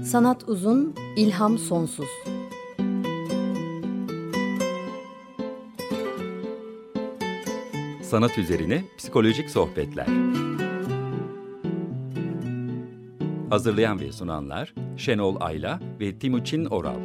Sanat uzun, ilham sonsuz. Sanat üzerine psikolojik sohbetler. Hazırlayan ve sunanlar Şenol Ayla ve Timuçin Oral.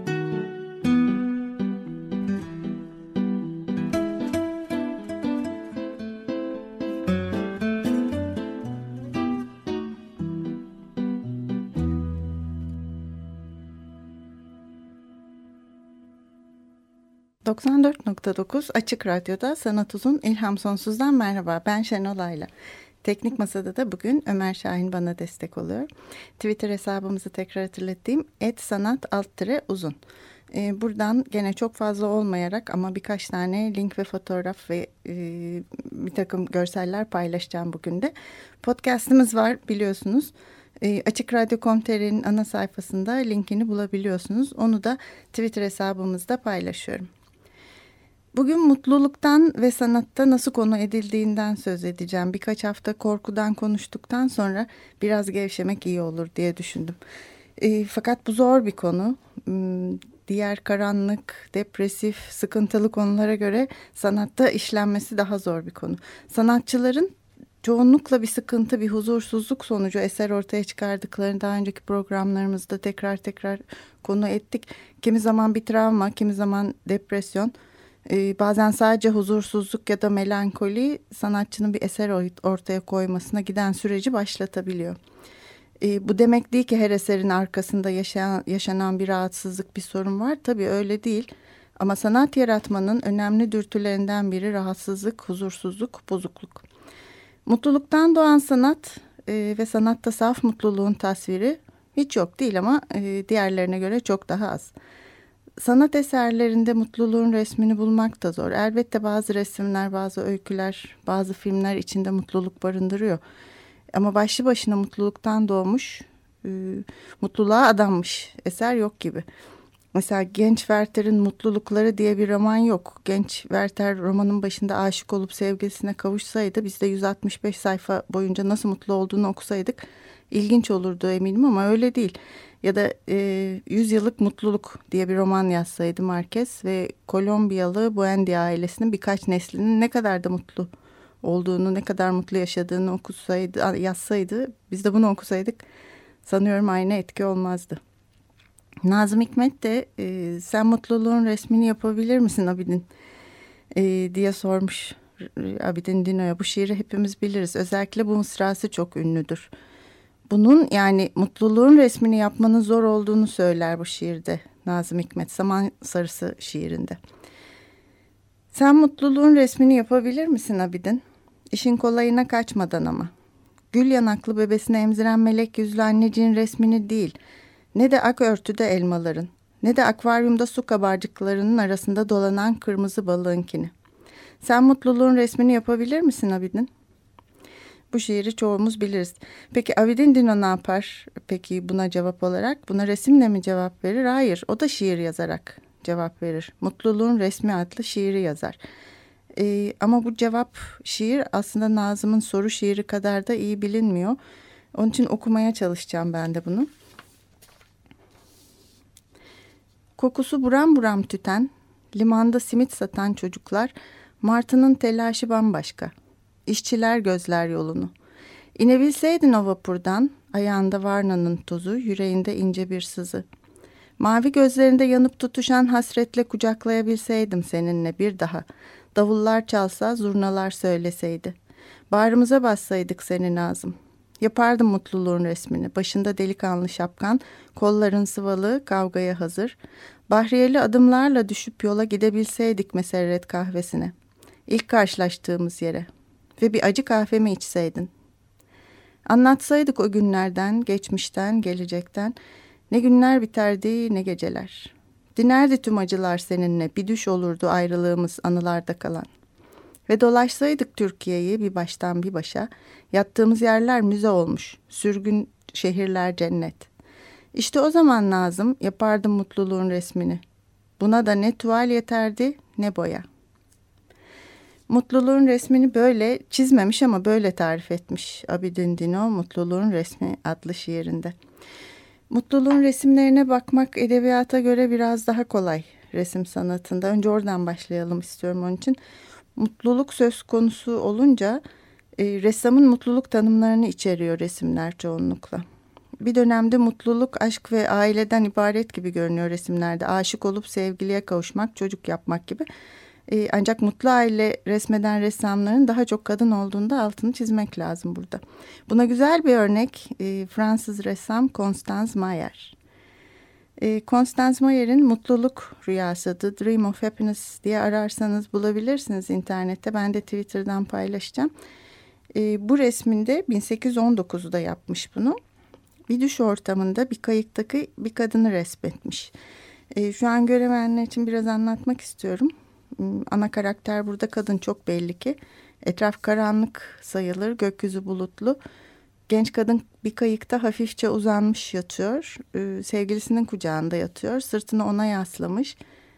...94.9 Açık Radyo'da Sanat Uzun İlham Sonsuz'dan merhaba. Ben Şenol Ayla. Teknik Masa'da da bugün Ömer Şahin bana destek oluyor. Twitter hesabımızı tekrar hatırlatayım. @sanat_uzun. Buradan gene çok fazla olmayarak ama birkaç tane link ve fotoğraf ve bir takım görseller paylaşacağım bugün de. Podcast'ımız var biliyorsunuz. Açık Radyo.com.tr'nin ana sayfasında linkini bulabiliyorsunuz. Onu da Twitter hesabımızda paylaşıyorum. Bugün mutluluktan ve sanatta nasıl konu edildiğinden söz edeceğim. Birkaç hafta korkudan konuştuktan sonra biraz gevşemek iyi olur diye düşündüm. Fakat bu zor bir konu. Diğer karanlık, depresif, sıkıntılı konulara göre sanatta işlenmesi daha zor bir konu. Sanatçıların çoğunlukla bir sıkıntı, bir huzursuzluk sonucu eser ortaya çıkardıklarını daha önceki programlarımızda tekrar konu ettik. Kimi zaman bir travma, kimi zaman depresyon. Bazen sadece huzursuzluk ya da melankoli sanatçının bir eser ortaya koymasına giden süreci başlatabiliyor. Bu demek değil ki her eserin arkasında yaşanan bir rahatsızlık, bir sorun var. Tabii öyle değil. Ama sanat yaratmanın önemli dürtülerinden biri rahatsızlık, huzursuzluk, bozukluk. Mutluluktan doğan sanat ve sanatta saf mutluluğun tasviri hiç yok değil ama diğerlerine göre çok daha az. Sanat eserlerinde mutluluğun resmini bulmak da zor. Elbette bazı resimler, bazı öyküler, bazı filmler içinde mutluluk barındırıyor. Ama başlı başına mutluluktan doğmuş, mutluluğa adanmış eser yok gibi. Mesela Genç Werther'in Mutlulukları diye bir roman yok. Genç Werther romanın başında aşık olup sevgilisine kavuşsaydı, biz de 165 sayfa boyunca nasıl mutlu olduğunu okusaydık ilginç olurdu eminim ama öyle değil. Ya da 100 Yıllık Mutluluk diye bir roman yazsaydı Marquez ve Kolombiyalı Buendia ailesinin birkaç neslinin ne kadar da mutlu olduğunu, ne kadar mutlu yaşadığını yazsaydı, biz de bunu okusaydık sanıyorum aynı etki olmazdı. Nazım Hikmet de sen mutluluğun resmini yapabilir misin Abidin diye sormuş Abidin Dino'ya. Bu şiiri hepimiz biliriz. Özellikle bu mısrası çok ünlüdür. Bunun yani mutluluğun resmini yapmanın zor olduğunu söyler bu şiirde Nazım Hikmet. Saman Sarısı şiirinde. Sen mutluluğun resmini yapabilir misin Abidin? İşin kolayına kaçmadan ama. Gül yanaklı bebesini emziren melek yüzlü anneciğin resmini değil, ne de ak örtüde elmaların, ne de akvaryumda su kabarcıklarının arasında dolanan kırmızı balığınkini. Sen mutluluğun resmini yapabilir misin Abidin? Bu şiiri çoğumuz biliriz. Peki Abidin Dino ne yapar? Peki buna cevap olarak? Buna resimle mi cevap verir? Hayır, o da şiir yazarak cevap verir. Mutluluğun Resmi adlı şiiri yazar. Ama bu cevap şiir aslında Nazım'ın soru şiiri kadar da iyi bilinmiyor. Onun için okumaya çalışacağım ben de bunu. Kokusu buram buram tüten, limanda simit satan çocuklar, martının telaşı bambaşka. İşçiler gözler yolunu. İnebilseydin o vapurdan, ayağında varnanın tozu, yüreğinde ince bir sızı. Mavi gözlerinde yanıp tutuşan hasretle kucaklayabilseydim seninle bir daha. Davullar çalsa, zurnalar söyleseydi. Bağrımıza bassaydık seni Nazım. Yapardım mutluluğun resmini. Başında delikanlı şapkan, kolların sıvalı, kavgaya hazır. Bahriyeli adımlarla düşüp yola gidebilseydik Meserret kahvesine. İlk karşılaştığımız yere. Ve bir acı kahve mi içseydin? Anlatsaydık o günlerden, geçmişten, gelecekten. Ne günler biterdi, ne geceler. Dinerdi tüm acılar seninle, bir düş olurdu ayrılığımız anılarda kalan. Ve dolaşsaydık Türkiye'yi bir baştan bir başa, yattığımız yerler müze olmuş, sürgün şehirler cennet. İşte o zaman Nazım yapardım mutluluğun resmini. Buna da ne tuval yeterdi ne boya. Mutluluğun resmini böyle çizmemiş ama böyle tarif etmiş Abidin Dino Mutluluğun Resmi adlı şiirinde. Mutluluğun resimlerine bakmak edebiyata göre biraz daha kolay resim sanatında. Önce oradan başlayalım istiyorum onun için. Mutluluk söz konusu olunca ressamın mutluluk tanımlarını içeriyor resimler çoğunlukla. Bir dönemde mutluluk, aşk ve aileden ibaret gibi görünüyor resimlerde. Aşık olup sevgiliye kavuşmak, çocuk yapmak gibi. Ancak mutlu aile resmeden ressamların daha çok kadın olduğunda altını çizmek lazım burada. Buna güzel bir örnek Fransız ressam Constance Mayer. Constance Mayer'in Mutluluk Rüyası, The Dream of Happiness diye ararsanız bulabilirsiniz internette. Ben de Twitter'dan paylaşacağım. Bu resminde 1819'da yapmış bunu. Bir düş ortamında bir kayıktaki bir kadını resmetmiş. Şu an göremeyenler için biraz anlatmak istiyorum. Ana karakter burada kadın, çok belli ki. Etraf karanlık sayılır, gökyüzü bulutlu. Genç kadın bir kayıkta hafifçe uzanmış yatıyor. Sevgilisinin kucağında yatıyor. Sırtını ona yaslamış.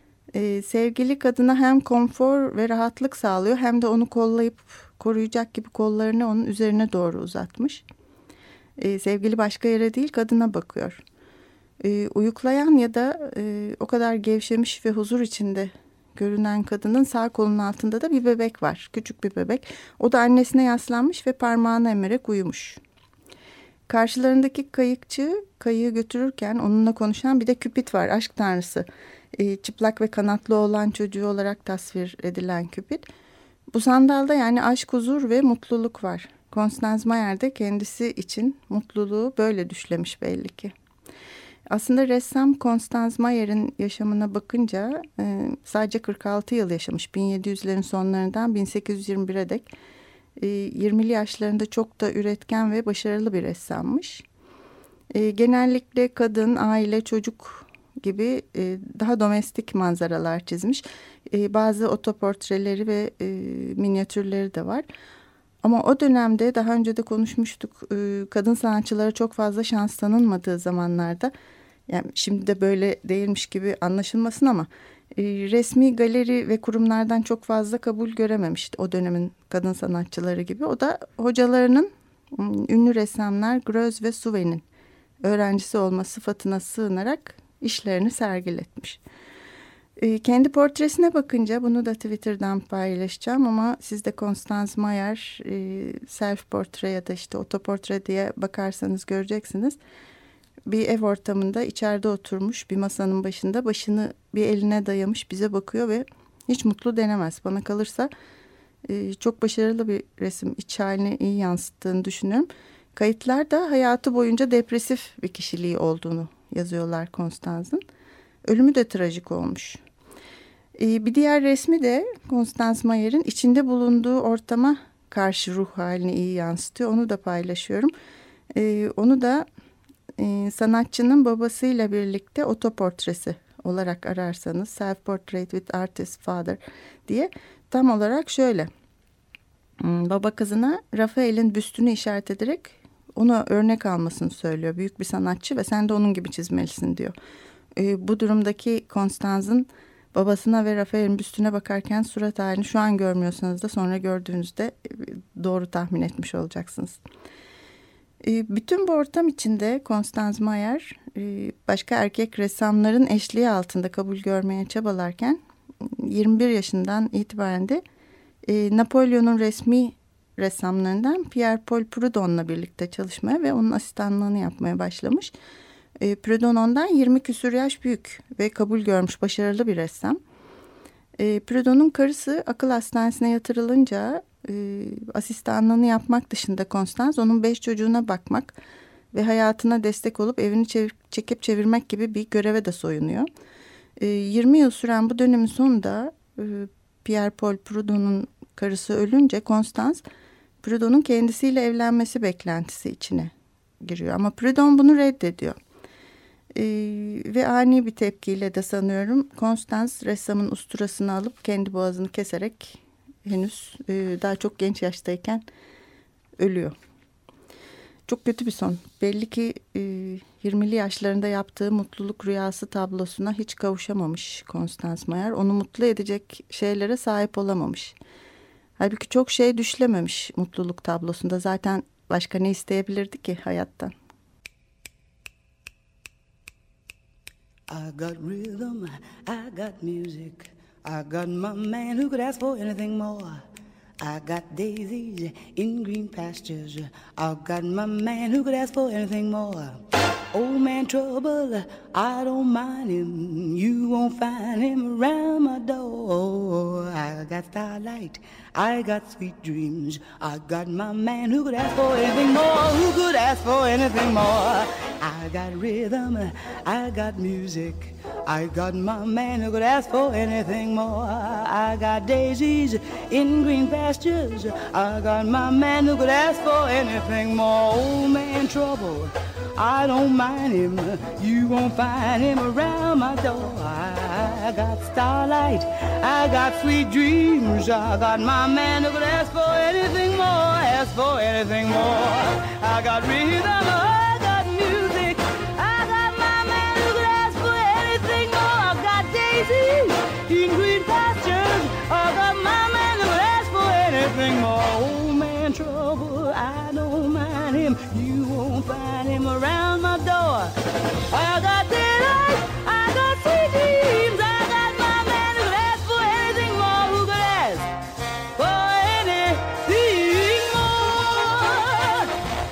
Sevgili kadına hem konfor ve rahatlık sağlıyor hem de onu kollayıp koruyacak gibi kollarını onun üzerine doğru uzatmış. Sevgili başka yere değil, kadına bakıyor. Uyuklayan ya da o kadar gevşemiş ve huzur içinde görünen kadının sağ kolunun altında da bir bebek var. Küçük bir bebek. O da annesine yaslanmış ve parmağını emerek uyumuş. Karşılarındaki kayıkçı kayığı götürürken onunla konuşan bir de Küpit var, aşk tanrısı. Çıplak ve kanatlı olan çocuğu olarak tasvir edilen Küpit. Bu sandalda yani aşk, huzur ve mutluluk var. Constance Mayer de kendisi için mutluluğu böyle düşlemiş belli ki. Aslında ressam Constance Mayer'in yaşamına bakınca sadece 46 yıl yaşamış. 1700'lerin sonlarından 1821'e dek 20'li yaşlarında çok da üretken ve başarılı bir ressammış. Genellikle kadın, aile, çocuk gibi daha domestik manzaralar çizmiş. Bazı otoportreleri ve minyatürleri de var. Ama o dönemde daha önce de konuşmuştuk, kadın sanatçılara çok fazla şans tanınmadığı zamanlarda, yani şimdi de böyle değilmiş gibi anlaşılmasın ama resmi galeri ve kurumlardan çok fazla kabul görememişti o dönemin kadın sanatçıları gibi. O da hocalarının, ünlü ressamlar Greuze ve Sauvais'nin öğrencisi olma sıfatına sığınarak işlerini sergiletmiş. Kendi portresine bakınca, bunu da Twitter'dan paylaşacağım ama siz de Constance Mayer self portre ya da işte otoportre diye bakarsanız göreceksiniz. Bir ev ortamında içeride oturmuş bir masanın başında, başını bir eline dayamış bize bakıyor ve hiç mutlu denemez. Bana kalırsa çok başarılı bir resim, iç halini iyi yansıttığını düşünüyorum. Kayıtlarda hayatı boyunca depresif bir kişiliği olduğunu yazıyorlar Constance'ın. Ölümü de trajik olmuş. Bir diğer resmi de Constance Mayer'in içinde bulunduğu ortama karşı ruh halini iyi yansıtıyor. Onu da paylaşıyorum. Onu da sanatçının babasıyla birlikte otoportresi olarak ararsanız, Self Portrait with Artist Father diye, tam olarak şöyle. Baba kızına Rafael'in büstünü işaret ederek ona örnek almasını söylüyor. Büyük bir sanatçı ve sen de onun gibi çizmelisin diyor. Bu durumdaki Constance'ın babasına ve Rafael'in büstüne bakarken surat halini şu an görmüyorsanız da sonra gördüğünüzde doğru tahmin etmiş olacaksınız. Bütün bu ortam içinde Constance Mayer başka erkek ressamların eşliği altında kabul görmeye çabalarken 21 yaşından itibaren de Napolyon'un resmi ressamlarından Pierre-Paul Prudhon'la birlikte çalışmaya ve onun asistanlığını yapmaya başlamış. Prudhon ondan 20 küsur yaş büyük ve kabul görmüş başarılı bir ressam. Prudhon'un karısı akıl hastanesine yatırılınca asistanlığını yapmak dışında Constance onun 5 çocuğuna bakmak ve hayatına destek olup evini çekip çevirmek gibi bir göreve de soyunuyor. 20 yıl süren bu dönemin sonunda Pierre-Paul Prudhon'un karısı ölünce Constance Prudhon'un kendisiyle evlenmesi beklentisi içine giriyor. Ama Prudhon bunu reddediyor. Ve ani bir tepkiyle de sanıyorum Constance ressamın usturasını alıp kendi boğazını keserek henüz daha çok genç yaştayken ölüyor. Çok kötü bir son. Belli ki 20'li yaşlarında yaptığı mutluluk rüyası tablosuna hiç kavuşamamış Constance Mayer. Onu mutlu edecek şeylere sahip olamamış. Halbuki çok şey düşlememiş mutluluk tablosunda. Zaten başka ne isteyebilirdi ki hayattan? I got rhythm, I got music, I got my man who could ask for anything more. I got daisies in green pastures, I got my man who could ask for anything more. Old man trouble, I don't mind him, you won't find him around my door. I got starlight, I got sweet dreams, I got my man who could ask for anything more, who could ask for anything more. I got rhythm, I got music, I got my man who could ask for anything more. I got daisies in green pastures, I got my man who could ask for anything more. Old man trouble, I don't mind him, you won't find him around my door. I got starlight, I got sweet dreams, I got my man who could ask for anything more, ask for anything more. I got rhythm, I got music, I got my man who could ask for anything more. I got daisies in green pastures, I got my man who could ask for anything more. Old man trouble, I don't mind him, you won't find him around my door. I got daylight, I got sweet dreams, I got my man who could ask for anything more, who could ask for anything more.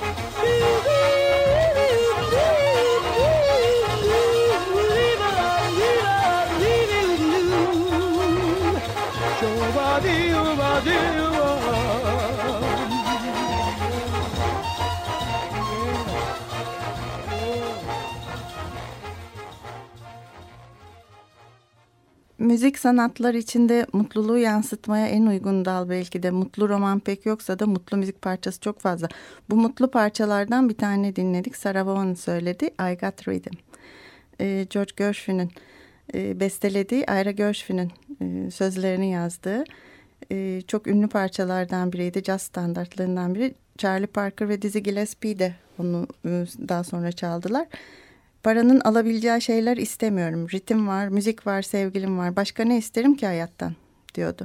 Müzik sanatlar içinde mutluluğu yansıtmaya en uygun dal belki de. Mutlu roman pek yoksa da mutlu müzik parçası çok fazla. Bu mutlu parçalardan bir tane dinledik. Sarah Vaughan söyledi. I Got Rhythm. George Gershwin'in bestelediği, Ira Gershwin'in sözlerini yazdığı çok ünlü parçalardan biriydi. Jazz standartlarından biri. Charlie Parker ve Dizzy Gillespie de onu daha sonra çaldılar. Paranın alabileceği şeyler istemiyorum. Ritim var, müzik var, sevgilim var. Başka ne isterim ki hayattan diyordu.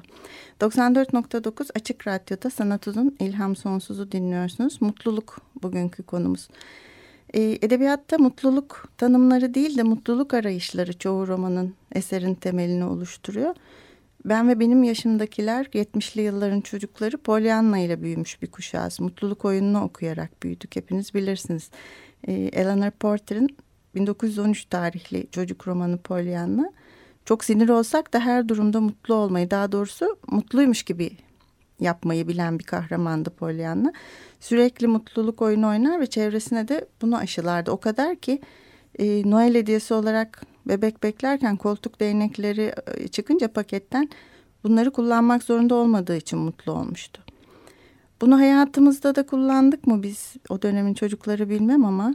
94.9 Açık Radyo'da Sanat Uzun, İlham Sonsuz'u dinliyorsunuz. Mutluluk bugünkü konumuz. Edebiyatta mutluluk tanımları değil de mutluluk arayışları çoğu romanın, eserin temelini oluşturuyor. Ben ve benim yaşımdakiler 70'li yılların çocukları Pollyanna ile büyümüş bir kuşağız. Mutluluk Oyunu'nu okuyarak büyüdük, hepiniz bilirsiniz. Eleanor Porter'ın 1913 tarihli çocuk romanı Pollyanna. Çok sinir olsak da her durumda mutlu olmayı, daha doğrusu mutluymuş gibi yapmayı bilen bir kahramandı Pollyanna. Sürekli mutluluk oyunu oynar ve çevresine de bunu aşılardı. O kadar ki Noel hediyesi olarak bebek beklerken koltuk değnekleri çıkınca paketten bunları kullanmak zorunda olmadığı için mutlu olmuştu. Bunu hayatımızda da kullandık mı biz? O dönemin çocukları bilmem ama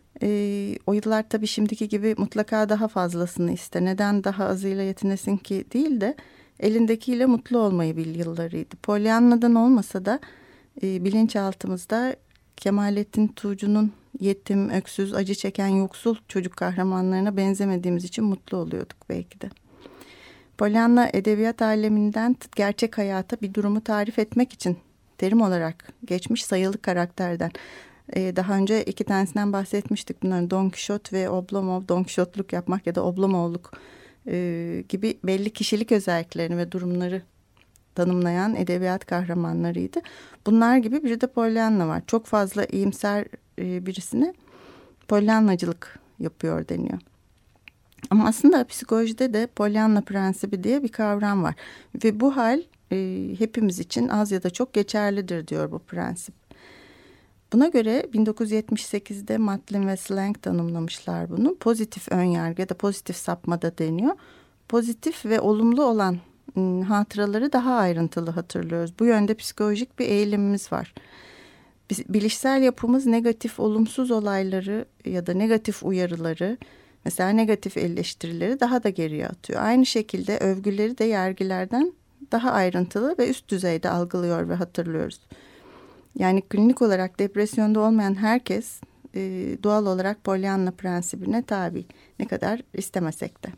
o yıllar tabii şimdiki gibi mutlaka daha fazlasını iste. Neden daha azıyla yetinesin ki değil de elindekiyle mutlu olmayı bil yıllarıydı. Pollyanna'dan olmasa da bilinçaltımızda Kemalettin Tuğcu'nun yetim, öksüz, acı çeken yoksul çocuk kahramanlarına benzemediğimiz için mutlu oluyorduk belki de. Pollyanna edebiyat aleminden gerçek hayata bir durumu tarif etmek için terim olarak geçmiş sayılı karakterden. Daha önce iki tanesinden bahsetmiştik. Bunların Don Kişot ve Oblomov, Don Kişotluk yapmak ya da Oblomovluk gibi belli kişilik özelliklerini ve durumları tanımlayan edebiyat kahramanlarıydı. Bunlar gibi bir de Pollyanna var. Çok fazla iyimser birisine Pollyannacılık yapıyor deniyor. Ama aslında psikolojide de Pollyanna prensibi diye bir kavram var. Ve bu hal hepimiz için az ya da çok geçerlidir diyor bu prensip. Buna göre 1978'de Matlin ve Slang tanımlamışlar bunu. Pozitif önyargı ya da pozitif sapma da deniyor. Pozitif ve olumlu olan hatıraları daha ayrıntılı hatırlıyoruz. Bu yönde psikolojik bir eğilimimiz var. Bilişsel yapımız negatif, olumsuz olayları ya da negatif uyarıları, mesela negatif eleştirileri daha da geriye atıyor. Aynı şekilde övgüleri de yergilerden daha ayrıntılı ve üst düzeyde algılıyor ve hatırlıyoruz. Yani klinik olarak depresyonda olmayan herkes doğal olarak Pollyanna prensibine tabi. Ne kadar istemesek de.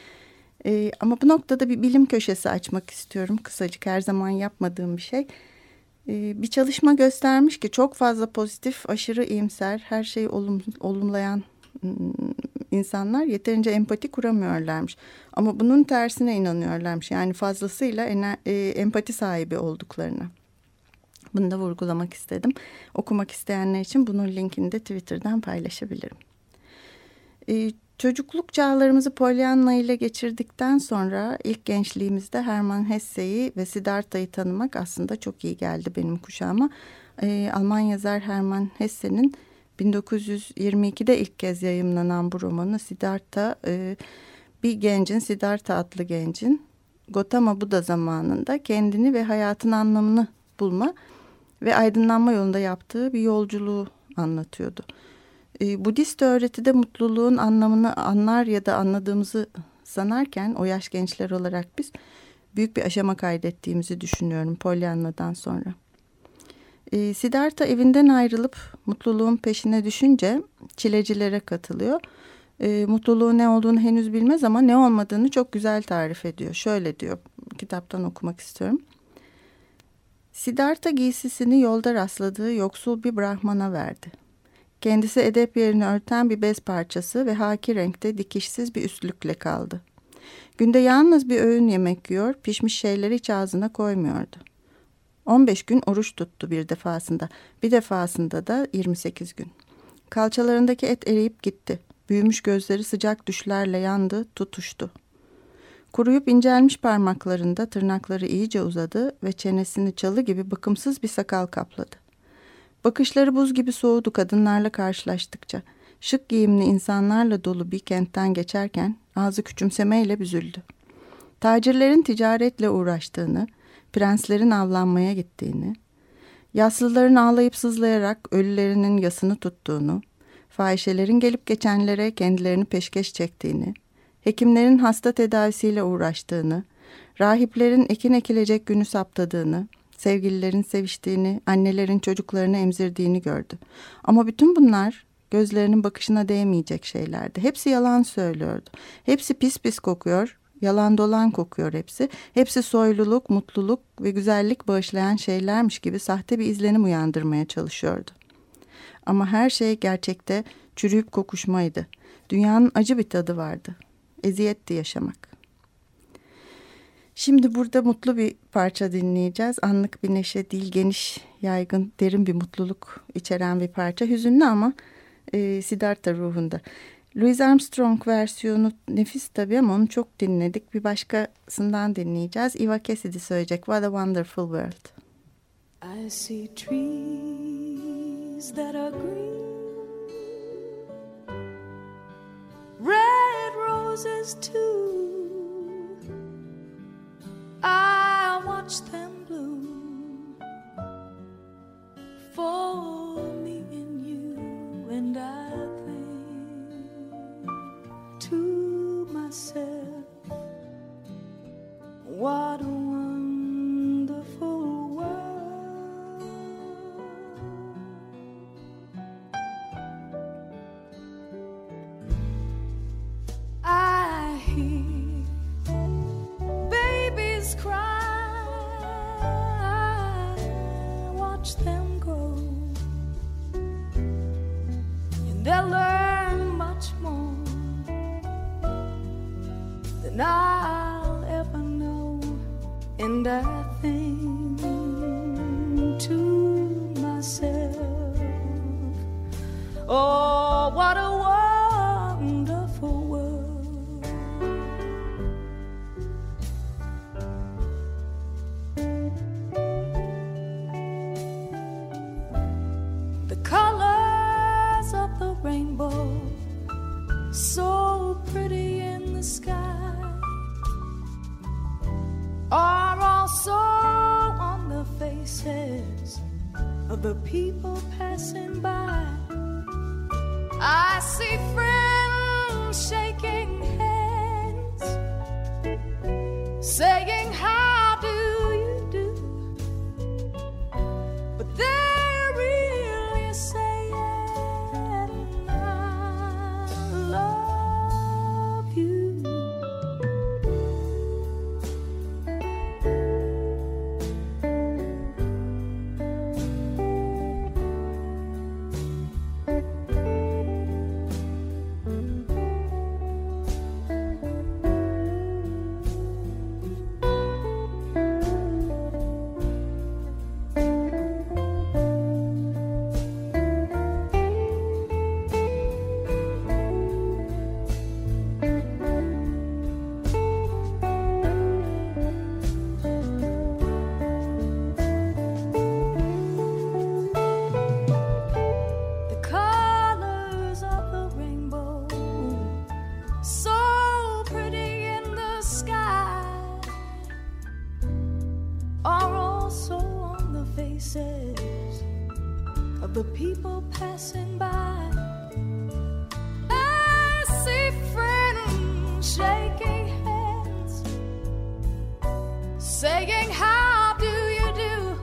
Ama bu noktada bir bilim köşesi açmak istiyorum. Kısacık, her zaman yapmadığım bir şey. Bir çalışma göstermiş ki çok fazla pozitif, aşırı iyimser, her şeyi olumlayan insanlar yeterince empati kuramıyorlarmış. Ama bunun tersine inanıyorlarmış. Yani fazlasıyla empati sahibi olduklarını. Bunu da vurgulamak istedim. Okumak isteyenler için bunun linkini de Twitter'dan paylaşabilirim. Çocukluk çağlarımızı Pollyanna ile geçirdikten sonra ilk gençliğimizde Hermann Hesse'yi ve Siddhartha'yı tanımak aslında çok iyi geldi benim kuşağıma. Alman yazar Hermann Hesse'nin 1922'de ilk kez yayımlanan bu romanı Siddhartha, bir gencin, Siddhartha adlı gencin Gautama Buddha zamanında kendini ve hayatın anlamını bulma ve aydınlanma yolunda yaptığı bir yolculuğu anlatıyordu. Budist öğretide mutluluğun anlamını anlar ya da anladığımızı sanarken o yaş gençler olarak biz büyük bir aşama kaydettiğimizi düşünüyorum Pollyanna'dan sonra. Siddhartha evinden ayrılıp mutluluğun peşine düşünce çilecilere katılıyor. Mutluluğun ne olduğunu henüz bilmez ama ne olmadığını çok güzel tarif ediyor. Şöyle diyor, kitaptan okumak istiyorum. Siddhartha giysisini yolda rastladığı yoksul bir Brahman'a verdi. Kendisi edep yerini örten bir bez parçası ve haki renkte dikişsiz bir üstlükle kaldı. Günde yalnız bir öğün yemek yiyor, pişmiş şeyleri hiç ağzına koymuyordu. 15 gün oruç tuttu bir defasında, bir defasında da 28 gün. Kalçalarındaki et eriyip gitti. Büyümüş gözleri sıcak düşlerle yandı, tutuştu. Kuruyup incelmiş parmaklarında tırnakları iyice uzadı ve çenesini çalı gibi bakımsız bir sakal kapladı. Bakışları buz gibi soğudu kadınlarla karşılaştıkça. Şık giyimli insanlarla dolu bir kentten geçerken ağzı küçümsemeyle büzüldü. Tacirlerin ticaretle uğraştığını, prenslerin avlanmaya gittiğini, yaslıların ağlayıp sızlayarak ölülerinin yasını tuttuğunu, fahişelerin gelip geçenlere kendilerini peşkeş çektiğini, hekimlerin hasta tedavisiyle uğraştığını, rahiplerin ekin ekilecek günü saptadığını, sevgililerin seviştiğini, annelerin çocuklarını emzirdiğini gördü. Ama bütün bunlar gözlerinin bakışına değmeyecek şeylerdi. Hepsi yalan söylüyordu. Hepsi pis pis kokuyor, yalan dolan kokuyor hepsi. Hepsi soyluluk, mutluluk ve güzellik bağışlayan şeylermiş gibi sahte bir izlenim uyandırmaya çalışıyordu. Ama her şey gerçekte çürüyüp kokuşmaydı. Dünyanın acı bir tadı vardı. Eziyetti yaşamak. Şimdi burada mutlu bir parça dinleyeceğiz. Anlık bir neşe değil, geniş, yaygın, derin bir mutluluk içeren bir parça. Hüzünlü ama Siddhartha ruhunda. Louis Armstrong versiyonu nefis tabii ama onu çok dinledik. Bir başkasından dinleyeceğiz. Eva Cassidy söyleyecek. What a Wonderful World. I see trees that are green, red roses too. I watch them bloom for me and you, and I think to myself, what a wonderful world. I hear cry, watch them grow, and they'll learn much more than I'll ever know. And I think to myself, oh, what a wonderful world. Rainbow, so pretty in the sky, are also on the faces of the people passing by. I see friends shaking hands, saying, how do you do? But they're really saying, of the people passing by. I see friends shaking hands, saying how do you do,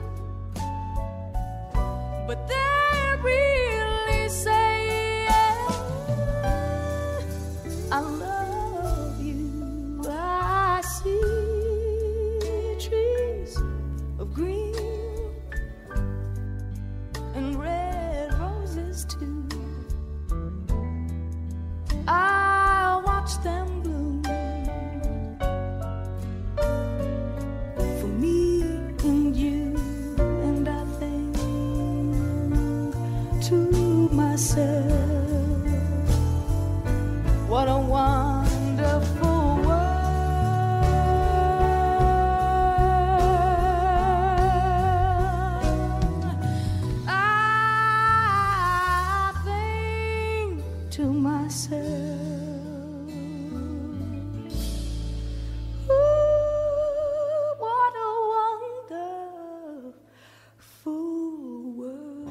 but they're really saying I love you. I see trees of green and red roses too. I watch them bloom for me and you, and I think to myself, what a wonderful world. I think to myself, ooh, what a wonderful world.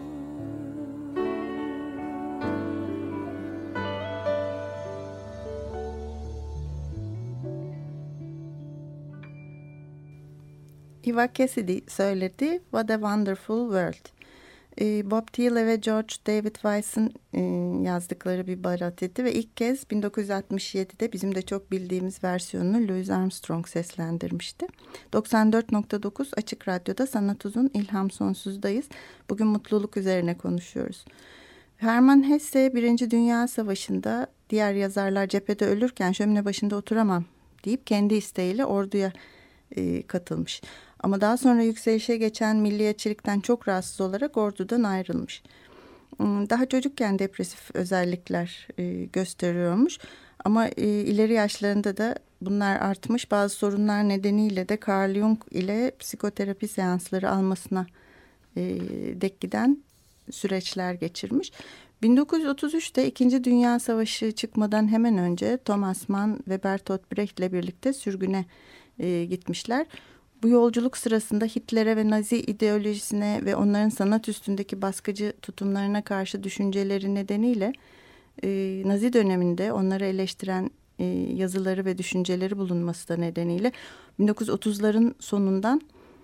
Eva Cassidy söyledi What a Wonderful World. Bob Dylan ve George David Weiss'in yazdıkları bir barateti ve ilk kez 1967'de bizim de çok bildiğimiz versiyonunu Louis Armstrong seslendirmişti. 94.9 Açık Radyo'da Sanat Uzun İlham Sonsuz'dayız. Bugün mutluluk üzerine konuşuyoruz. Hermann Hesse 1. Dünya Savaşı'nda diğer yazarlar cephede ölürken şömine başında oturamam deyip kendi isteğiyle orduya katılmış. Ama daha sonra yükselişe geçen milliyetçilikten çok rahatsız olarak ordudan ayrılmış. Daha çocukken depresif özellikler gösteriyormuş. Ama ileri yaşlarında da bunlar artmış. Bazı sorunlar nedeniyle de Carl Jung ile psikoterapi seansları almasına dek giden süreçler geçirmiş. 1933'te 2. Dünya Savaşı çıkmadan hemen önce Thomas Mann ve Bertolt Brecht ile birlikte sürgüne gitmişler. Bu yolculuk sırasında Hitler'e ve Nazi ideolojisine ve onların sanat üstündeki baskıcı tutumlarına karşı düşünceleri nedeniyle Nazi döneminde onları eleştiren yazıları ve düşünceleri bulunması da nedeniyle 1930'ların sonundan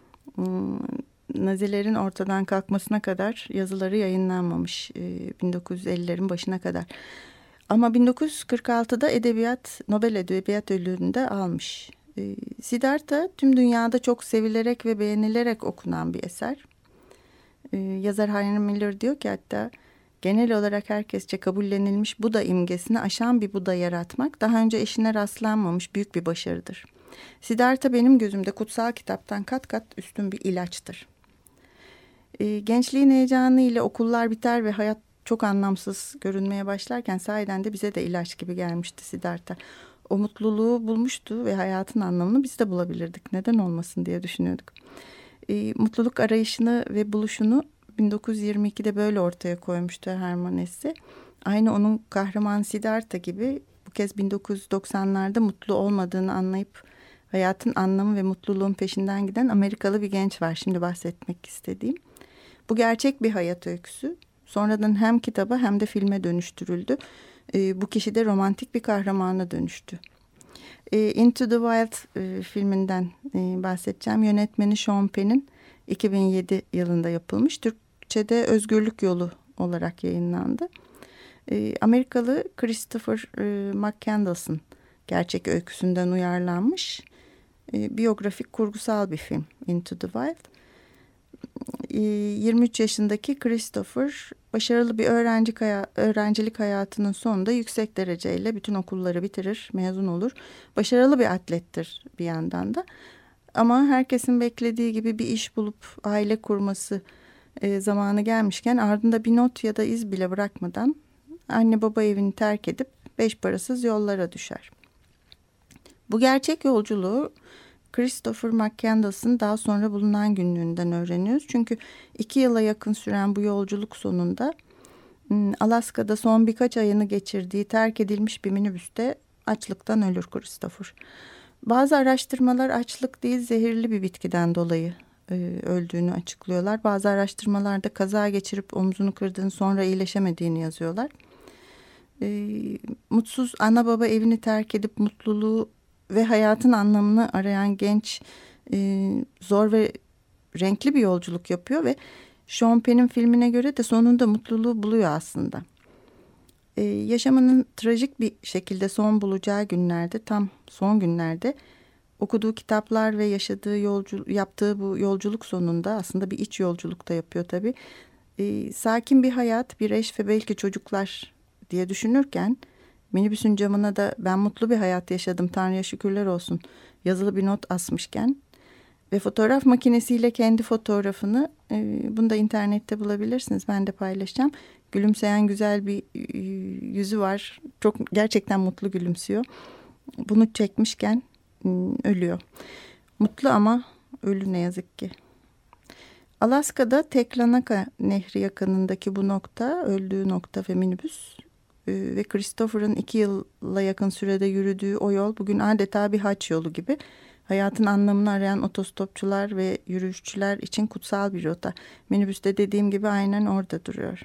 Nazilerin ortadan kalkmasına kadar yazıları yayınlanmamış 1950'lerin başına kadar. Ama 1946'da Nobel Edebiyat Ödülünü de almış. Siddhartha tüm dünyada çok sevilerek ve beğenilerek okunan bir eser. Yazar Henry Miller diyor ki hatta genel olarak herkesçe kabullenilmiş Buda imgesini aşan bir Buda yaratmak daha önce eşine rastlanmamış büyük bir başarıdır. Siddhartha benim gözümde kutsal kitaptan kat kat üstün bir ilaçtır. Gençliğin heyecanı ile okullar biter ve hayat çok anlamsız görünmeye başlarken sahiden de bize de ilaç gibi gelmişti Siddhartha. O mutluluğu bulmuştu ve hayatın anlamını biz de bulabilirdik. Neden olmasın diye düşünüyorduk. Mutluluk arayışını ve buluşunu 1922'de böyle ortaya koymuştu Hermann Hesse. Aynı onun kahraman Siddhartha gibi bu kez 1990'larda mutlu olmadığını anlayıp hayatın anlamı ve mutluluğun peşinden giden Amerikalı bir genç var. Şimdi bahsetmek istediğim. Bu gerçek bir hayat öyküsü. Sonradan hem kitaba hem de filme dönüştürüldü. Bu kişi de romantik bir kahramana dönüştü. Into the Wild filminden bahsedeceğim. Yönetmeni Sean Penn'in 2007 yılında yapılmış. Türkçe'de Özgürlük Yolu olarak yayınlandı. Amerikalı Christopher McCandless'ın gerçek öyküsünden uyarlanmış. Biyografik kurgusal bir film Into the Wild. 23 yaşındaki Christopher başarılı bir öğrencilik hayatının sonunda yüksek dereceyle bütün okulları bitirir, mezun olur. Başarılı bir atlettir bir yandan da. Ama herkesin beklediği gibi bir iş bulup aile kurması zamanı gelmişken ardında bir not ya da iz bile bırakmadan anne baba evini terk edip beş parasız yollara düşer. Bu gerçek yolculuğu Christopher McCandless'ın daha sonra bulunan günlüğünden öğreniyoruz. Çünkü 2 yıla yakın süren bu yolculuk sonunda Alaska'da son birkaç ayını geçirdiği terk edilmiş bir minibüste açlıktan ölür Christopher. Bazı araştırmalar açlık değil zehirli bir bitkiden dolayı öldüğünü açıklıyorlar. Bazı araştırmalarda kaza geçirip omzunu kırdığını, sonra iyileşemediğini yazıyorlar. Mutsuz ana baba evini terk edip mutluluğu ve hayatın anlamını arayan genç zor ve renkli bir yolculuk yapıyor ve Sean Penn'in filmine göre de sonunda mutluluğu buluyor aslında. Yaşamının trajik bir şekilde son bulacağı günlerde, tam son günlerde okuduğu kitaplar ve yaptığı bu yolculuk sonunda, aslında bir iç yolculuk da yapıyor tabii. Sakin bir hayat, bir eş ve belki çocuklar diye düşünürken minibüsün camına da ben mutlu bir hayat yaşadım, Tanrı'ya şükürler olsun yazılı bir not asmışken ve fotoğraf makinesiyle kendi fotoğrafını, bunu da internette bulabilirsiniz, ben de paylaşacağım. Gülümseyen güzel bir yüzü var, çok gerçekten mutlu gülümsüyor. Bunu çekmişken ölüyor. Mutlu ama ölü ne yazık ki. Alaska'da Teklanaka Nehri yakınındaki bu nokta, öldüğü nokta ve minibüs ve Christopher'ın 2 yıla yakın sürede yürüdüğü o yol bugün adeta bir haç yolu gibi. Hayatın anlamını arayan otostopçular ve yürüyüşçüler için kutsal bir rota. Minibüste dediğim gibi aynen orada duruyor.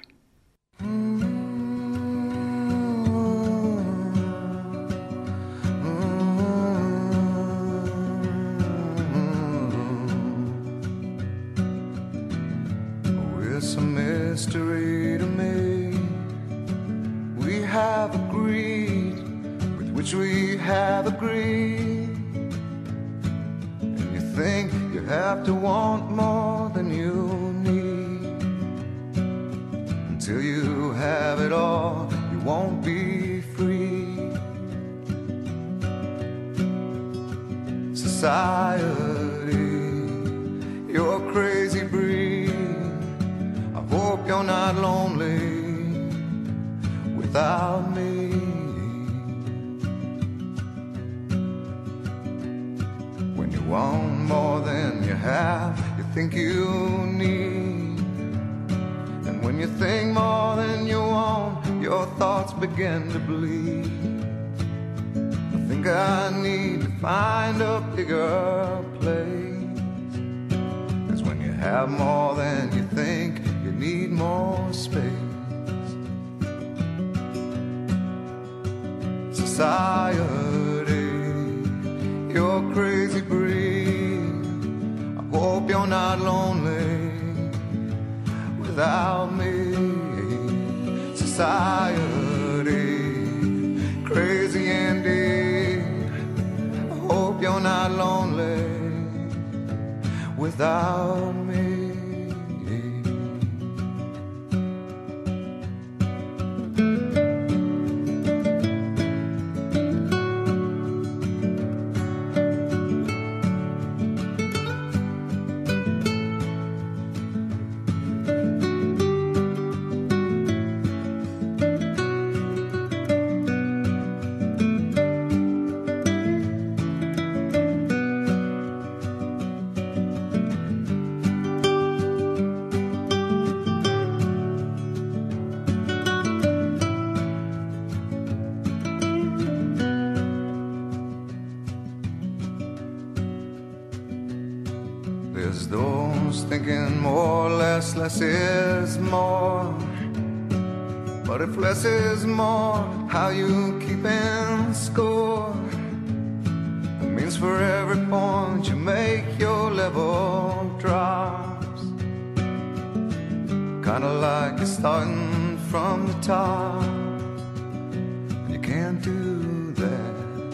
It's a mystery to me. We have agreed with which we have agreed. And you think you have to want more than you need. Until you have it all, you won't be free. Society, you're crazy breed. I hope you're not lonely without me. When you want more than you have, you think you need. And when you think more than you want, your thoughts begin to bleed. I think I need to find a bigger place. 'Cause when you have more than you think, you need more space. Society, you're crazy breed. I hope you're not lonely without me. Society, crazy indeed. I hope you're not lonely without me. There's those thinking more, less is more. But if less is more, how you keeping score? It means for every point you make, your level drops. Kinda like you're starting from the top. You can't do that.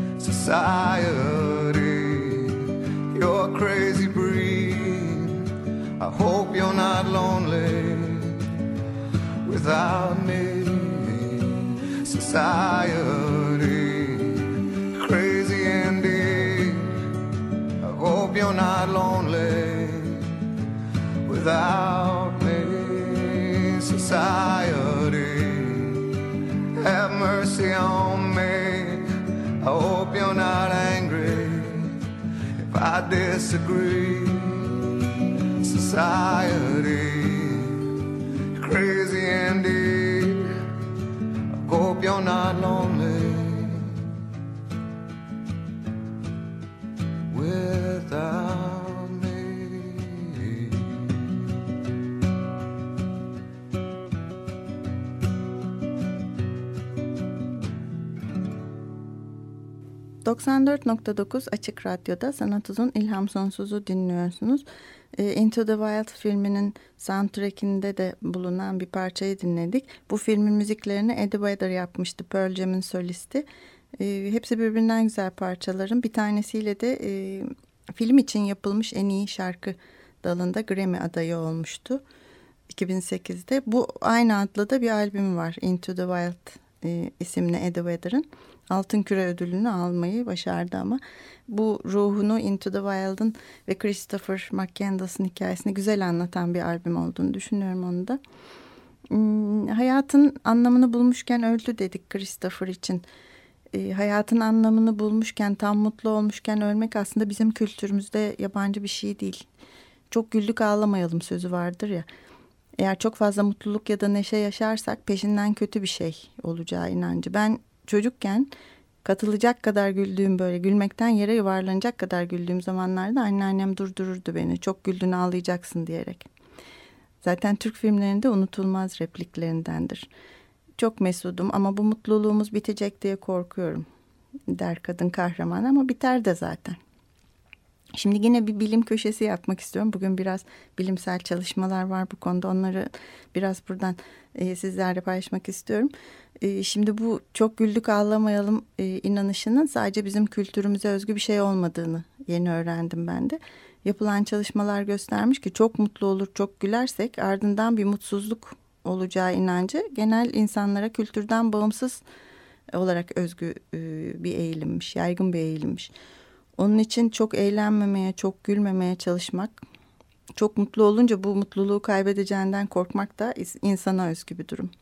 Society, you're a crazy breed. I hope you're not lonely without me. Society, crazy indeed. I hope you're not lonely without me. Society, have mercy on me. I hope you're not angry if I disagree. Society, crazy indeed. I hope you're not lonely without me. 94.9 Açık Radyo'da Sanat Uzun İlham Sonsuz'u dinliyorsunuz. Into the Wild filminin soundtrack'inde de bulunan bir parçayı dinledik. Bu filmin müziklerini Eddie Vedder yapmıştı, Pearl Jam'in solisti. Hepsi birbirinden güzel parçaların. Bir tanesiyle de film için yapılmış en iyi şarkı dalında Grammy adayı olmuştu 2008'de. Bu aynı adlı da bir albüm var, Into the Wild isimli Eddie Vedder'ın. Altın Küre ödülünü almayı başardı ama bu ruhunu Into the Wild'ın ve Christopher McCandless'ın hikayesini güzel anlatan bir albüm olduğunu düşünüyorum onu da. Hayatın anlamını bulmuşken öldü dedik Christopher için. Hayatın anlamını bulmuşken, tam mutlu olmuşken ölmek aslında bizim kültürümüzde yabancı bir şey değil. Çok güldük ağlamayalım sözü vardır ya. Eğer çok fazla mutluluk ya da neşe yaşarsak peşinden kötü bir şey olacağı inancı. Ben çocukken katılacak kadar güldüğüm, böyle gülmekten yere yuvarlanacak kadar güldüğüm zamanlarda anneannem durdururdu beni. Çok güldün ağlayacaksın diyerek. Zaten Türk filmlerinde unutulmaz repliklerindendir. Çok mesudum ama bu mutluluğumuz bitecek diye korkuyorum der kadın kahraman, ama biter de zaten. Şimdi yine bir bilim köşesi yapmak istiyorum. Bugün biraz bilimsel çalışmalar var bu konuda. Onları biraz buradan sizlerle paylaşmak istiyorum. Şimdi bu çok güldük ağlamayalım inanışının sadece bizim kültürümüze özgü bir şey olmadığını yeni öğrendim ben de. Yapılan çalışmalar göstermiş ki çok mutlu olur, çok gülersek ardından bir mutsuzluk olacağı inancı genel insanlara kültürden bağımsız olarak özgü bir eğilimmiş, yaygın bir eğilimmiş. Onun için çok eğlenmemeye, çok gülmemeye çalışmak, çok mutlu olunca bu mutluluğu kaybedeceğinden korkmak da insana özgü bir durum.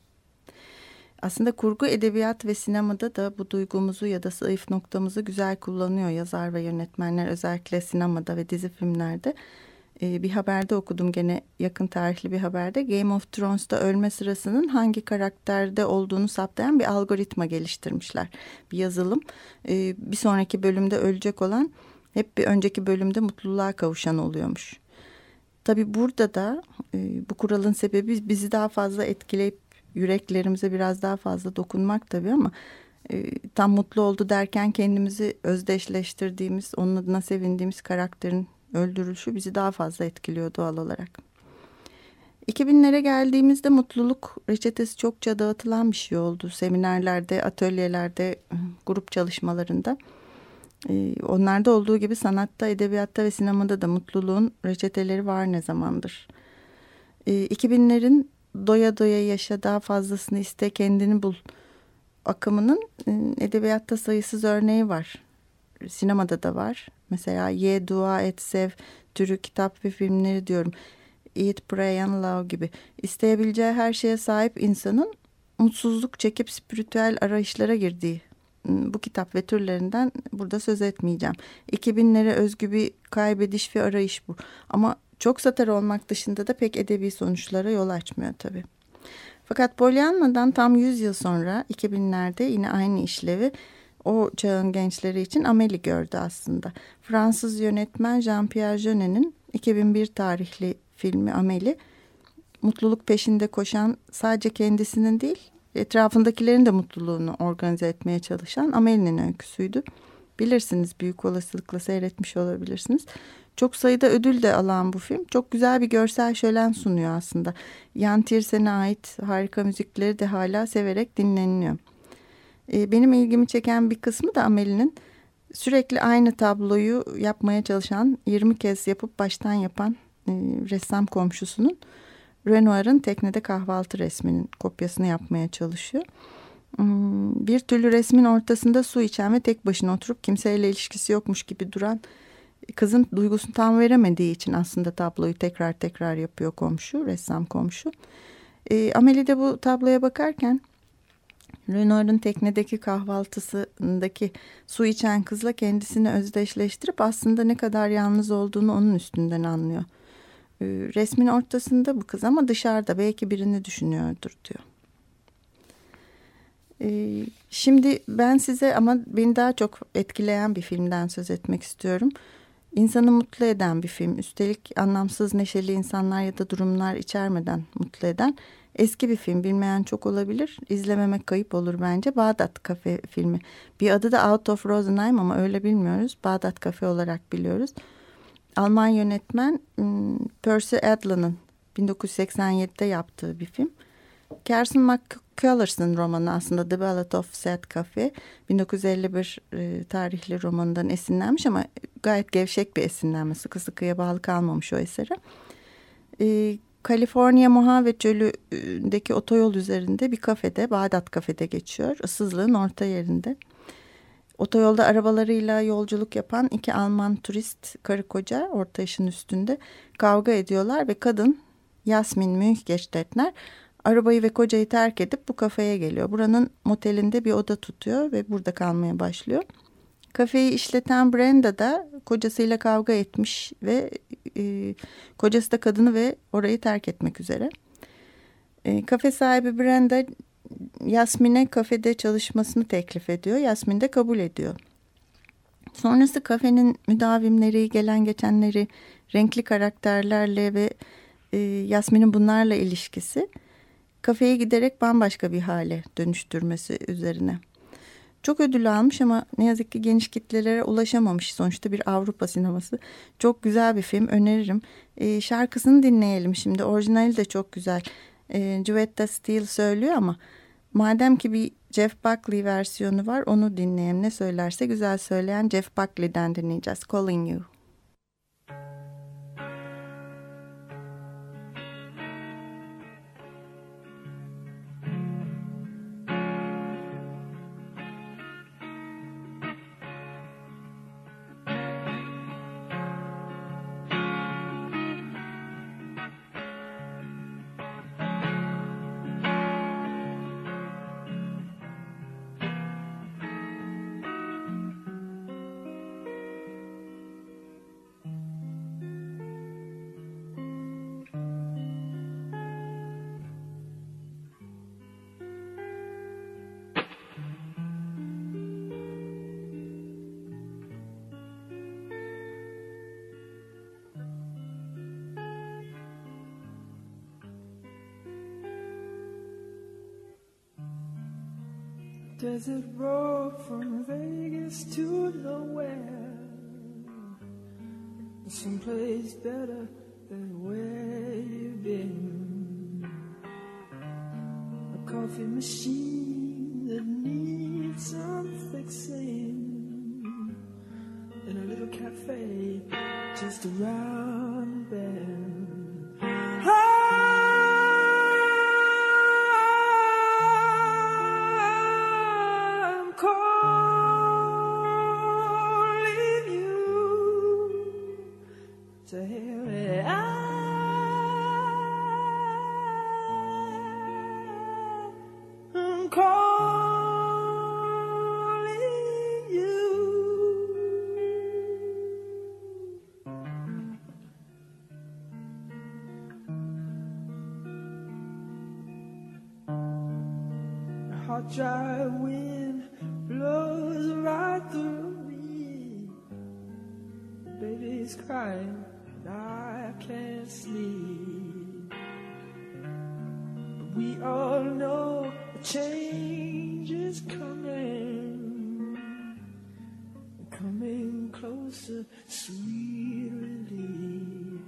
Aslında kurgu, edebiyat ve sinemada da bu duygumuzu ya da zayıf noktamızı güzel kullanıyor yazar ve yönetmenler, özellikle sinemada ve dizi filmlerde. Bir haberde okudum, gene yakın tarihli bir haberde. Game of Thrones'ta ölme sırasının hangi karakterde olduğunu saptayan bir algoritma geliştirmişler. Bir yazılım. Bir sonraki bölümde ölecek olan hep bir önceki bölümde mutluluğa kavuşan oluyormuş. Tabii burada da bu kuralın sebebi bizi daha fazla etkileyip yüreklerimize biraz daha fazla dokunmak tabii, ama tam mutlu oldu derken kendimizi özdeşleştirdiğimiz, onun adına sevindiğimiz karakterin öldürülüşü bizi daha fazla etkiliyor doğal olarak. 2000'lere geldiğimizde mutluluk reçetesi çokça dağıtılan bir şey oldu. Seminerlerde, atölyelerde, grup çalışmalarında. Onlarda olduğu gibi sanatta, edebiyatta ve sinemada da mutluluğun reçeteleri var ne zamandır. 2000'lerin doya doya yaşa, daha fazlasını iste, kendini bul akımının edebiyatta sayısız örneği var. Sinemada da var. Mesela Ye, Dua Et, Sev türü kitap ve filmleri diyorum. Eat, Pray and Love gibi. İsteyebileceği her şeye sahip insanın mutsuzluk çekip spiritüel arayışlara girdiği bu kitap ve türlerinden burada söz etmeyeceğim. 2000'lere özgü bir kaybediş ve arayış bu. Ama çok satar olmak dışında da pek edebi sonuçlara yol açmıyor tabii. Fakat Pollyanna'dan tam 100 yıl sonra 2000'lerde yine aynı işlevi o çağın gençleri için Amélie gördü aslında. Fransız yönetmen Jean-Pierre Jeunet'in 2001 tarihli filmi Amélie, mutluluk peşinde koşan, sadece kendisinin değil etrafındakilerin de mutluluğunu organize etmeye çalışan Amélie'nin öyküsüydü. Bilirsiniz, büyük olasılıkla seyretmiş olabilirsiniz. Çok sayıda ödül de alan bu film çok güzel bir görsel şölen sunuyor aslında. Jan Tiersen'e ait harika müzikleri de hala severek dinleniliyor. Benim ilgimi çeken bir kısmı da Amélie'nin sürekli aynı tabloyu yapmaya çalışan, 20 kez yapıp baştan yapan ressam komşusunun Renoir'ın Teknede Kahvaltı resminin kopyasını yapmaya çalışıyor. Bir türlü resmin ortasında su içen ve tek başına oturup kimseyle ilişkisi yokmuş gibi duran kızın duygusunu tam veremediği için aslında tabloyu tekrar tekrar yapıyor komşu, ressam komşu. Amélie de bu tabloya bakarken Renoir'ın Teknedeki Kahvaltısındaki su içen kızla kendisini özdeşleştirip aslında ne kadar yalnız olduğunu onun üstünden anlıyor. Resmin ortasında bu kız ama dışarıda belki birini düşünüyordur diyor. Şimdi ben size ama beni daha çok etkileyen bir filmden söz etmek istiyorum. İnsanı mutlu eden bir film. Üstelik anlamsız neşeli insanlar ya da durumlar içermeden mutlu eden Eski bir film, bilmeyen çok olabilir. İzlememek kayıp olur bence. Bağdat Kafe filmi. Bir adı da Out of Rosenheim ama öyle bilmiyoruz. Bağdat Kafe olarak biliyoruz. Alman yönetmen Percy Adler'ın 1987'de yaptığı bir film. Carson McCulloch'ın romanı aslında The Ballad of Sad Cafe. 1951 tarihli romanından esinlenmiş ama gayet gevşek bir esinlenme. Sıkı sıkıya bağlı kalmamış o esere. Kaliforniya Mojave Çölü'ndeki otoyol üzerinde bir kafede, Bağdat Kafede geçiyor. Issızlığın orta yerinde. Otoyolda arabalarıyla yolculuk yapan iki Alman turist karı koca orta yaşın üstünde kavga ediyorlar ve kadın Yasmin Münchgestetner arabayı ve kocayı terk edip bu kafeye geliyor. Buranın motelinde bir oda tutuyor ve burada kalmaya başlıyor. Kafeyi işleten Brenda da kocasıyla kavga etmiş ve kocası da kadını ve orayı terk etmek üzere. Kafe sahibi Brenda Yasmin'e kafede çalışmasını teklif ediyor. Yasmin de kabul ediyor. Sonrası kafenin müdavimleri, gelen geçenleri, renkli karakterlerle ve Yasmin'in bunlarla ilişkisi kafeyi giderek bambaşka bir hale dönüştürmesi üzerine. Çok ödül almış ama ne yazık ki geniş kitlelere ulaşamamış. Sonuçta bir Avrupa sineması. Çok güzel bir film, öneririm. Şarkısını dinleyelim şimdi. Orijinali de çok güzel. Juvetta Steele söylüyor ama madem ki bir Jeff Buckley versiyonu var, onu dinleyelim. Ne söylerse güzel söyleyen Jeff Buckley'den dinleyeceğiz. Calling You. Desert road from Vegas to nowhere, someplace better than where you've been. A coffee machine that needs some fixing, and a little cafe just around the bend. Hot dry wind blows right through me. Baby's crying, and I can't sleep. But we all know a change is coming, coming closer, sweet relief.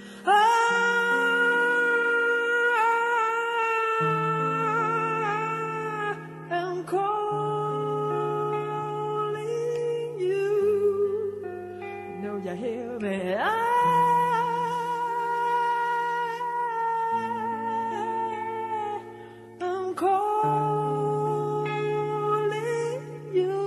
You hear me? I'm calling you.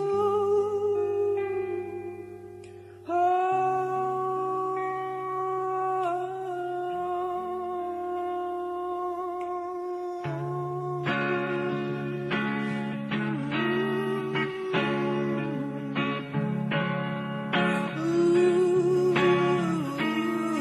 Ooh.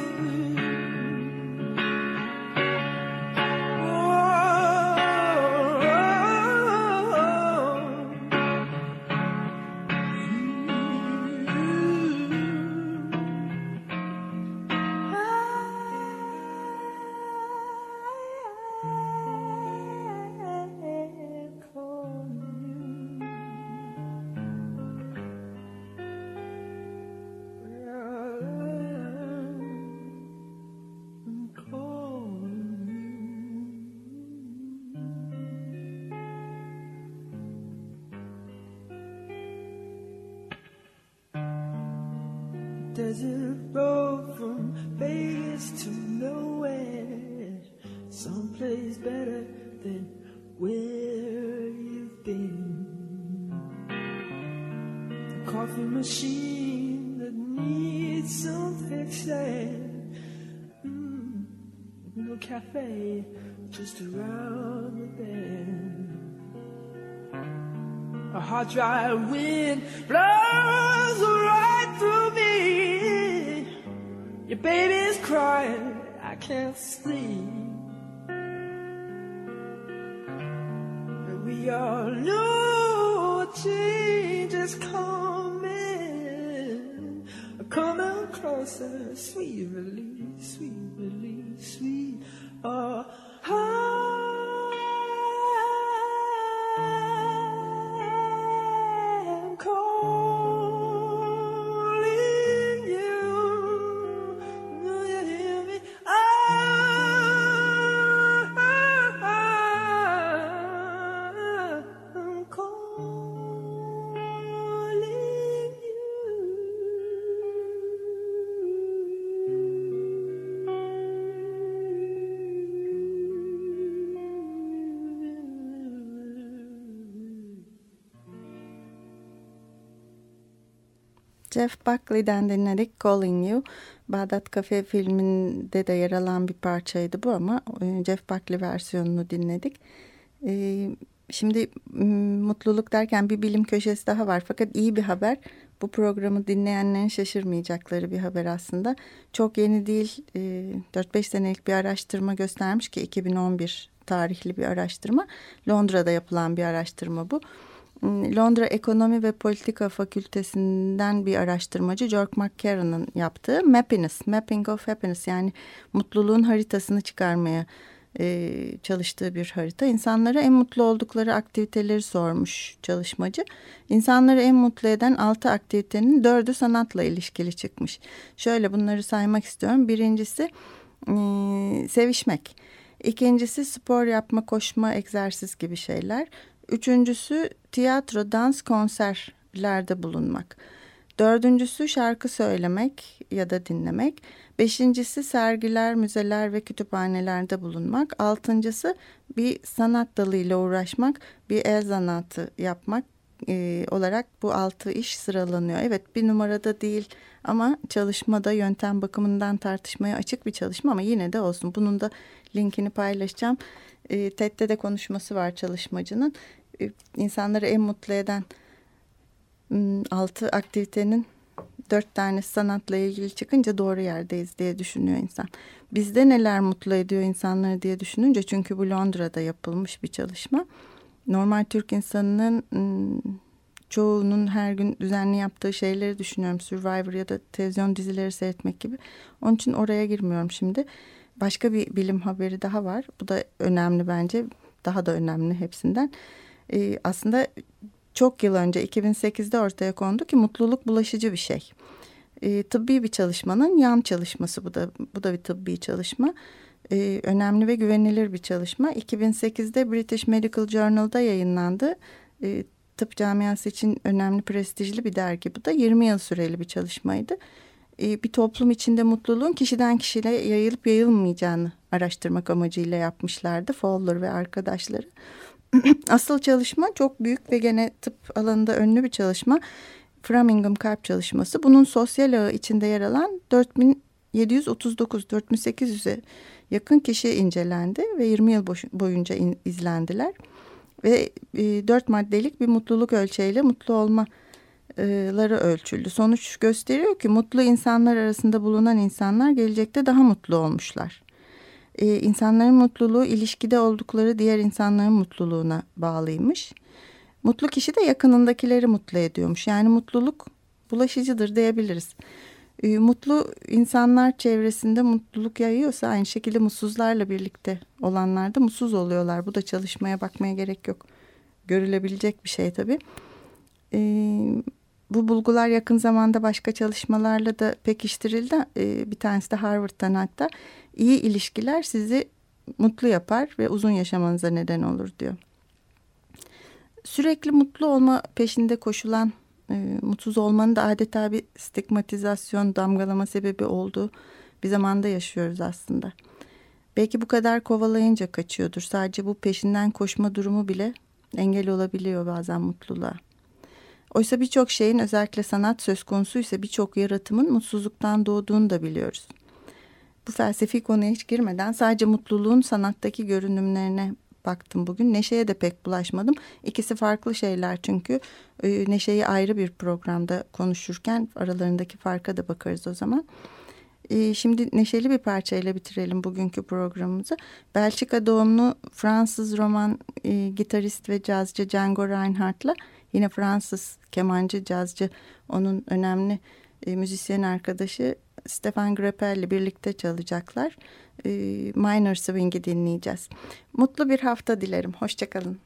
desert road from Vegas to nowhere, someplace better than where you've been. The coffee machine that needs some fixing. No cafe just around the bend. A hot dry wind blows right through me. Your baby's crying, I can't sleep. We all know a change is coming, coming closer. Sweet release, sweet release, sweet. I'm calling you. Do you hear me? I'm calling you. Jeff Buckley'den dinledik Calling You. Bağdat Cafe filminde de yer alan bir parçaydı bu ama Jeff Buckley versiyonunu dinledik. Şimdi mutluluk derken bir bilim köşesi daha var. Fakat iyi bir haber. Bu programı dinleyenlerin şaşırmayacakları bir haber aslında. Çok yeni değil. 4-5 senelik bir araştırma göstermiş ki 2011 tarihli bir araştırma. Londra'da yapılan bir araştırma bu. Londra Ekonomi ve Politika Fakültesinden bir araştırmacı George McCarran'ın yaptığı Mapping of Happiness, yani mutluluğun haritasını çıkarmaya çalıştığı bir harita. İnsanlara en mutlu oldukları aktiviteleri sormuş çalışmacı. İnsanları en mutlu eden 6 aktivitenin 4'ü sanatla ilişkili çıkmış. Şöyle bunları saymak istiyorum. Birincisi sevişmek. İkincisi spor yapma, koşma, egzersiz gibi şeyler. Üçüncüsü tiyatro, dans, konserlerde bulunmak. Dördüncüsü şarkı söylemek ya da dinlemek. Beşincisi sergiler, müzeler ve kütüphanelerde bulunmak. Altıncısı bir sanat dalıyla uğraşmak, bir el zanatı yapmak olarak bu 6 iş sıralanıyor. Evet, bir numarada değil ama çalışmada yöntem bakımından tartışmaya açık bir çalışma ama yine de olsun. Bunun da linkini paylaşacağım. TED'de de konuşması var çalışmacının. İnsanları en mutlu eden 6 aktivitenin 4 tanesi sanatla ilgili çıkınca doğru yerdeyiz diye düşünüyor insan. Bizde neler mutlu ediyor insanları diye düşününce, çünkü bu Londra'da yapılmış bir çalışma. Normal Türk insanının çoğunun her gün düzenli yaptığı şeyleri düşünüyorum. Survivor ya da televizyon dizileri seyretmek gibi. Onun için oraya girmiyorum şimdi. Başka bir bilim haberi daha var. Bu da önemli bence. Daha da önemli hepsinden. Aslında çok yıl önce 2008'de ortaya kondu ki mutluluk bulaşıcı bir şey. Tıbbi bir çalışmanın yan çalışması bu da bir tıbbi çalışma. Önemli ve güvenilir bir çalışma. 2008'de British Medical Journal'da yayınlandı. Tıp camiası için önemli, prestijli bir dergi bu da. 20 yıl süreli bir çalışmaydı. Bir toplum içinde mutluluğun kişiden kişiye yayılıp yayılmayacağını araştırmak amacıyla yapmışlardı Fowler ve arkadaşları. Asıl çalışma çok büyük ve gene tıp alanında ünlü bir çalışma. Framingham kalp çalışması. Bunun sosyal ağı içinde yer alan 4800'e yakın kişi incelendi ve 20 yıl boyunca izlendiler. Ve 4 maddelik bir mutluluk ölçeğiyle mutlu olmaları ölçüldü. Sonuç gösteriyor ki mutlu insanlar arasında bulunan insanlar gelecekte daha mutlu olmuşlar. İnsanların mutluluğu ilişkide oldukları diğer insanların mutluluğuna bağlıymış. Mutlu kişi de yakınındakileri mutlu ediyormuş. Yani mutluluk bulaşıcıdır diyebiliriz. Mutlu insanlar çevresinde mutluluk yayıyorsa aynı şekilde mutsuzlarla birlikte olanlar da mutsuz oluyorlar. Bu da çalışmaya bakmaya gerek yok. Görülebilecek bir şey tabii. Bu bulgular yakın zamanda başka çalışmalarla da pekiştirildi. Bir tanesi de Harvard'dan hatta. İyi ilişkiler sizi mutlu yapar ve uzun yaşamanıza neden olur diyor. Sürekli mutlu olma peşinde koşulan mutsuz olmanın da adeta bir stigmatizasyon, damgalama sebebi olduğu bir zamanda yaşıyoruz aslında. Belki bu kadar kovalayınca kaçıyordur. Sadece bu peşinden koşma durumu bile engel olabiliyor bazen mutluluğa. Oysa birçok şeyin, özellikle sanat söz konusuysa, birçok yaratımın mutsuzluktan doğduğunu da biliyoruz. Bu felsefi konuya hiç girmeden sadece mutluluğun sanattaki görünümlerine baktım bugün. Neşeye de pek bulaşmadım. İkisi farklı şeyler çünkü. Neşeyi ayrı bir programda konuşurken aralarındaki farka da bakarız o zaman. Şimdi neşeli bir parçayla bitirelim bugünkü programımızı. Belçika doğumlu Fransız roman gitarist ve cazcı Django Reinhardt'la yine Fransız kemancı, cazcı, onun önemli müzisyen arkadaşı Stefan Grappel'le birlikte çalacaklar. Minor Swing'i dinleyeceğiz. Mutlu bir hafta dilerim. Hoşça kalın.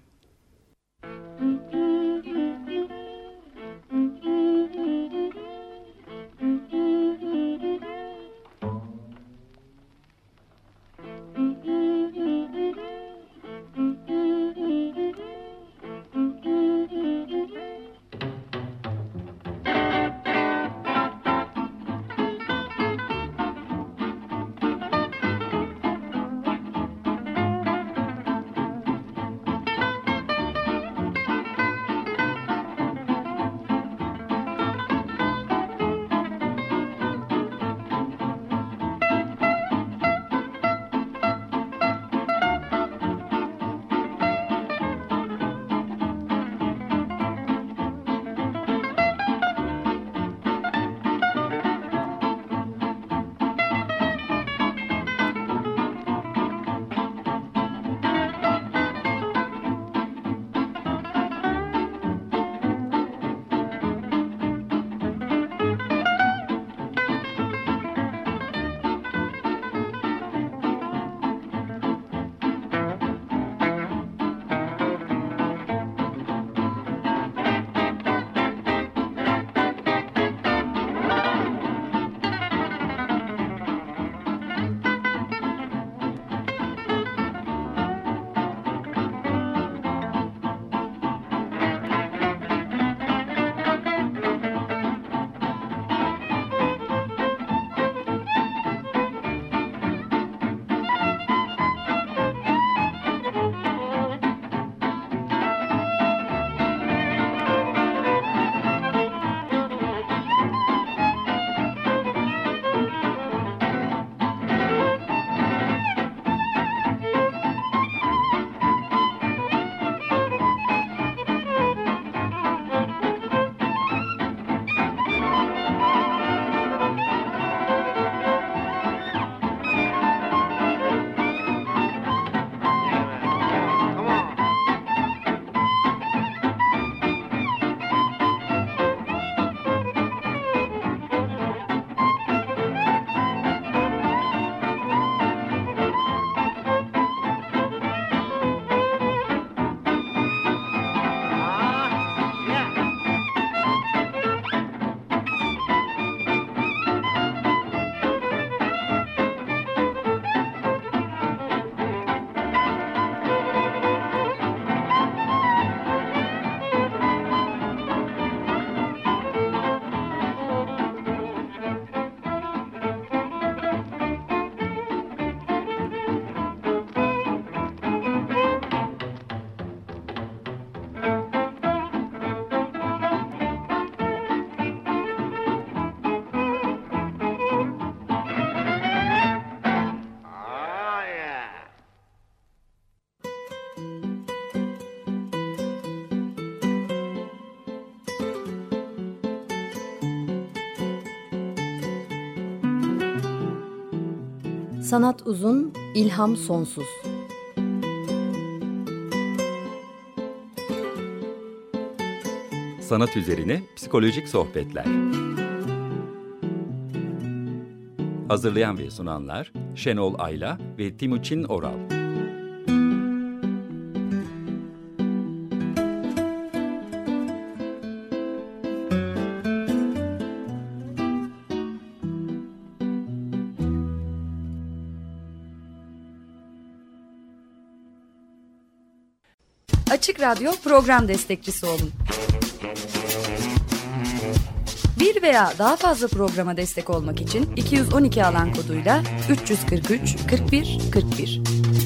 Sanat uzun, ilham sonsuz. Sanat üzerine psikolojik sohbetler. Hazırlayan ve sunanlar Şenol Ayla ve Timuçin Oral. Açık Radyo program destekçisi olun. Bir veya daha fazla programa destek olmak için 212 alan koduyla 343 41 41.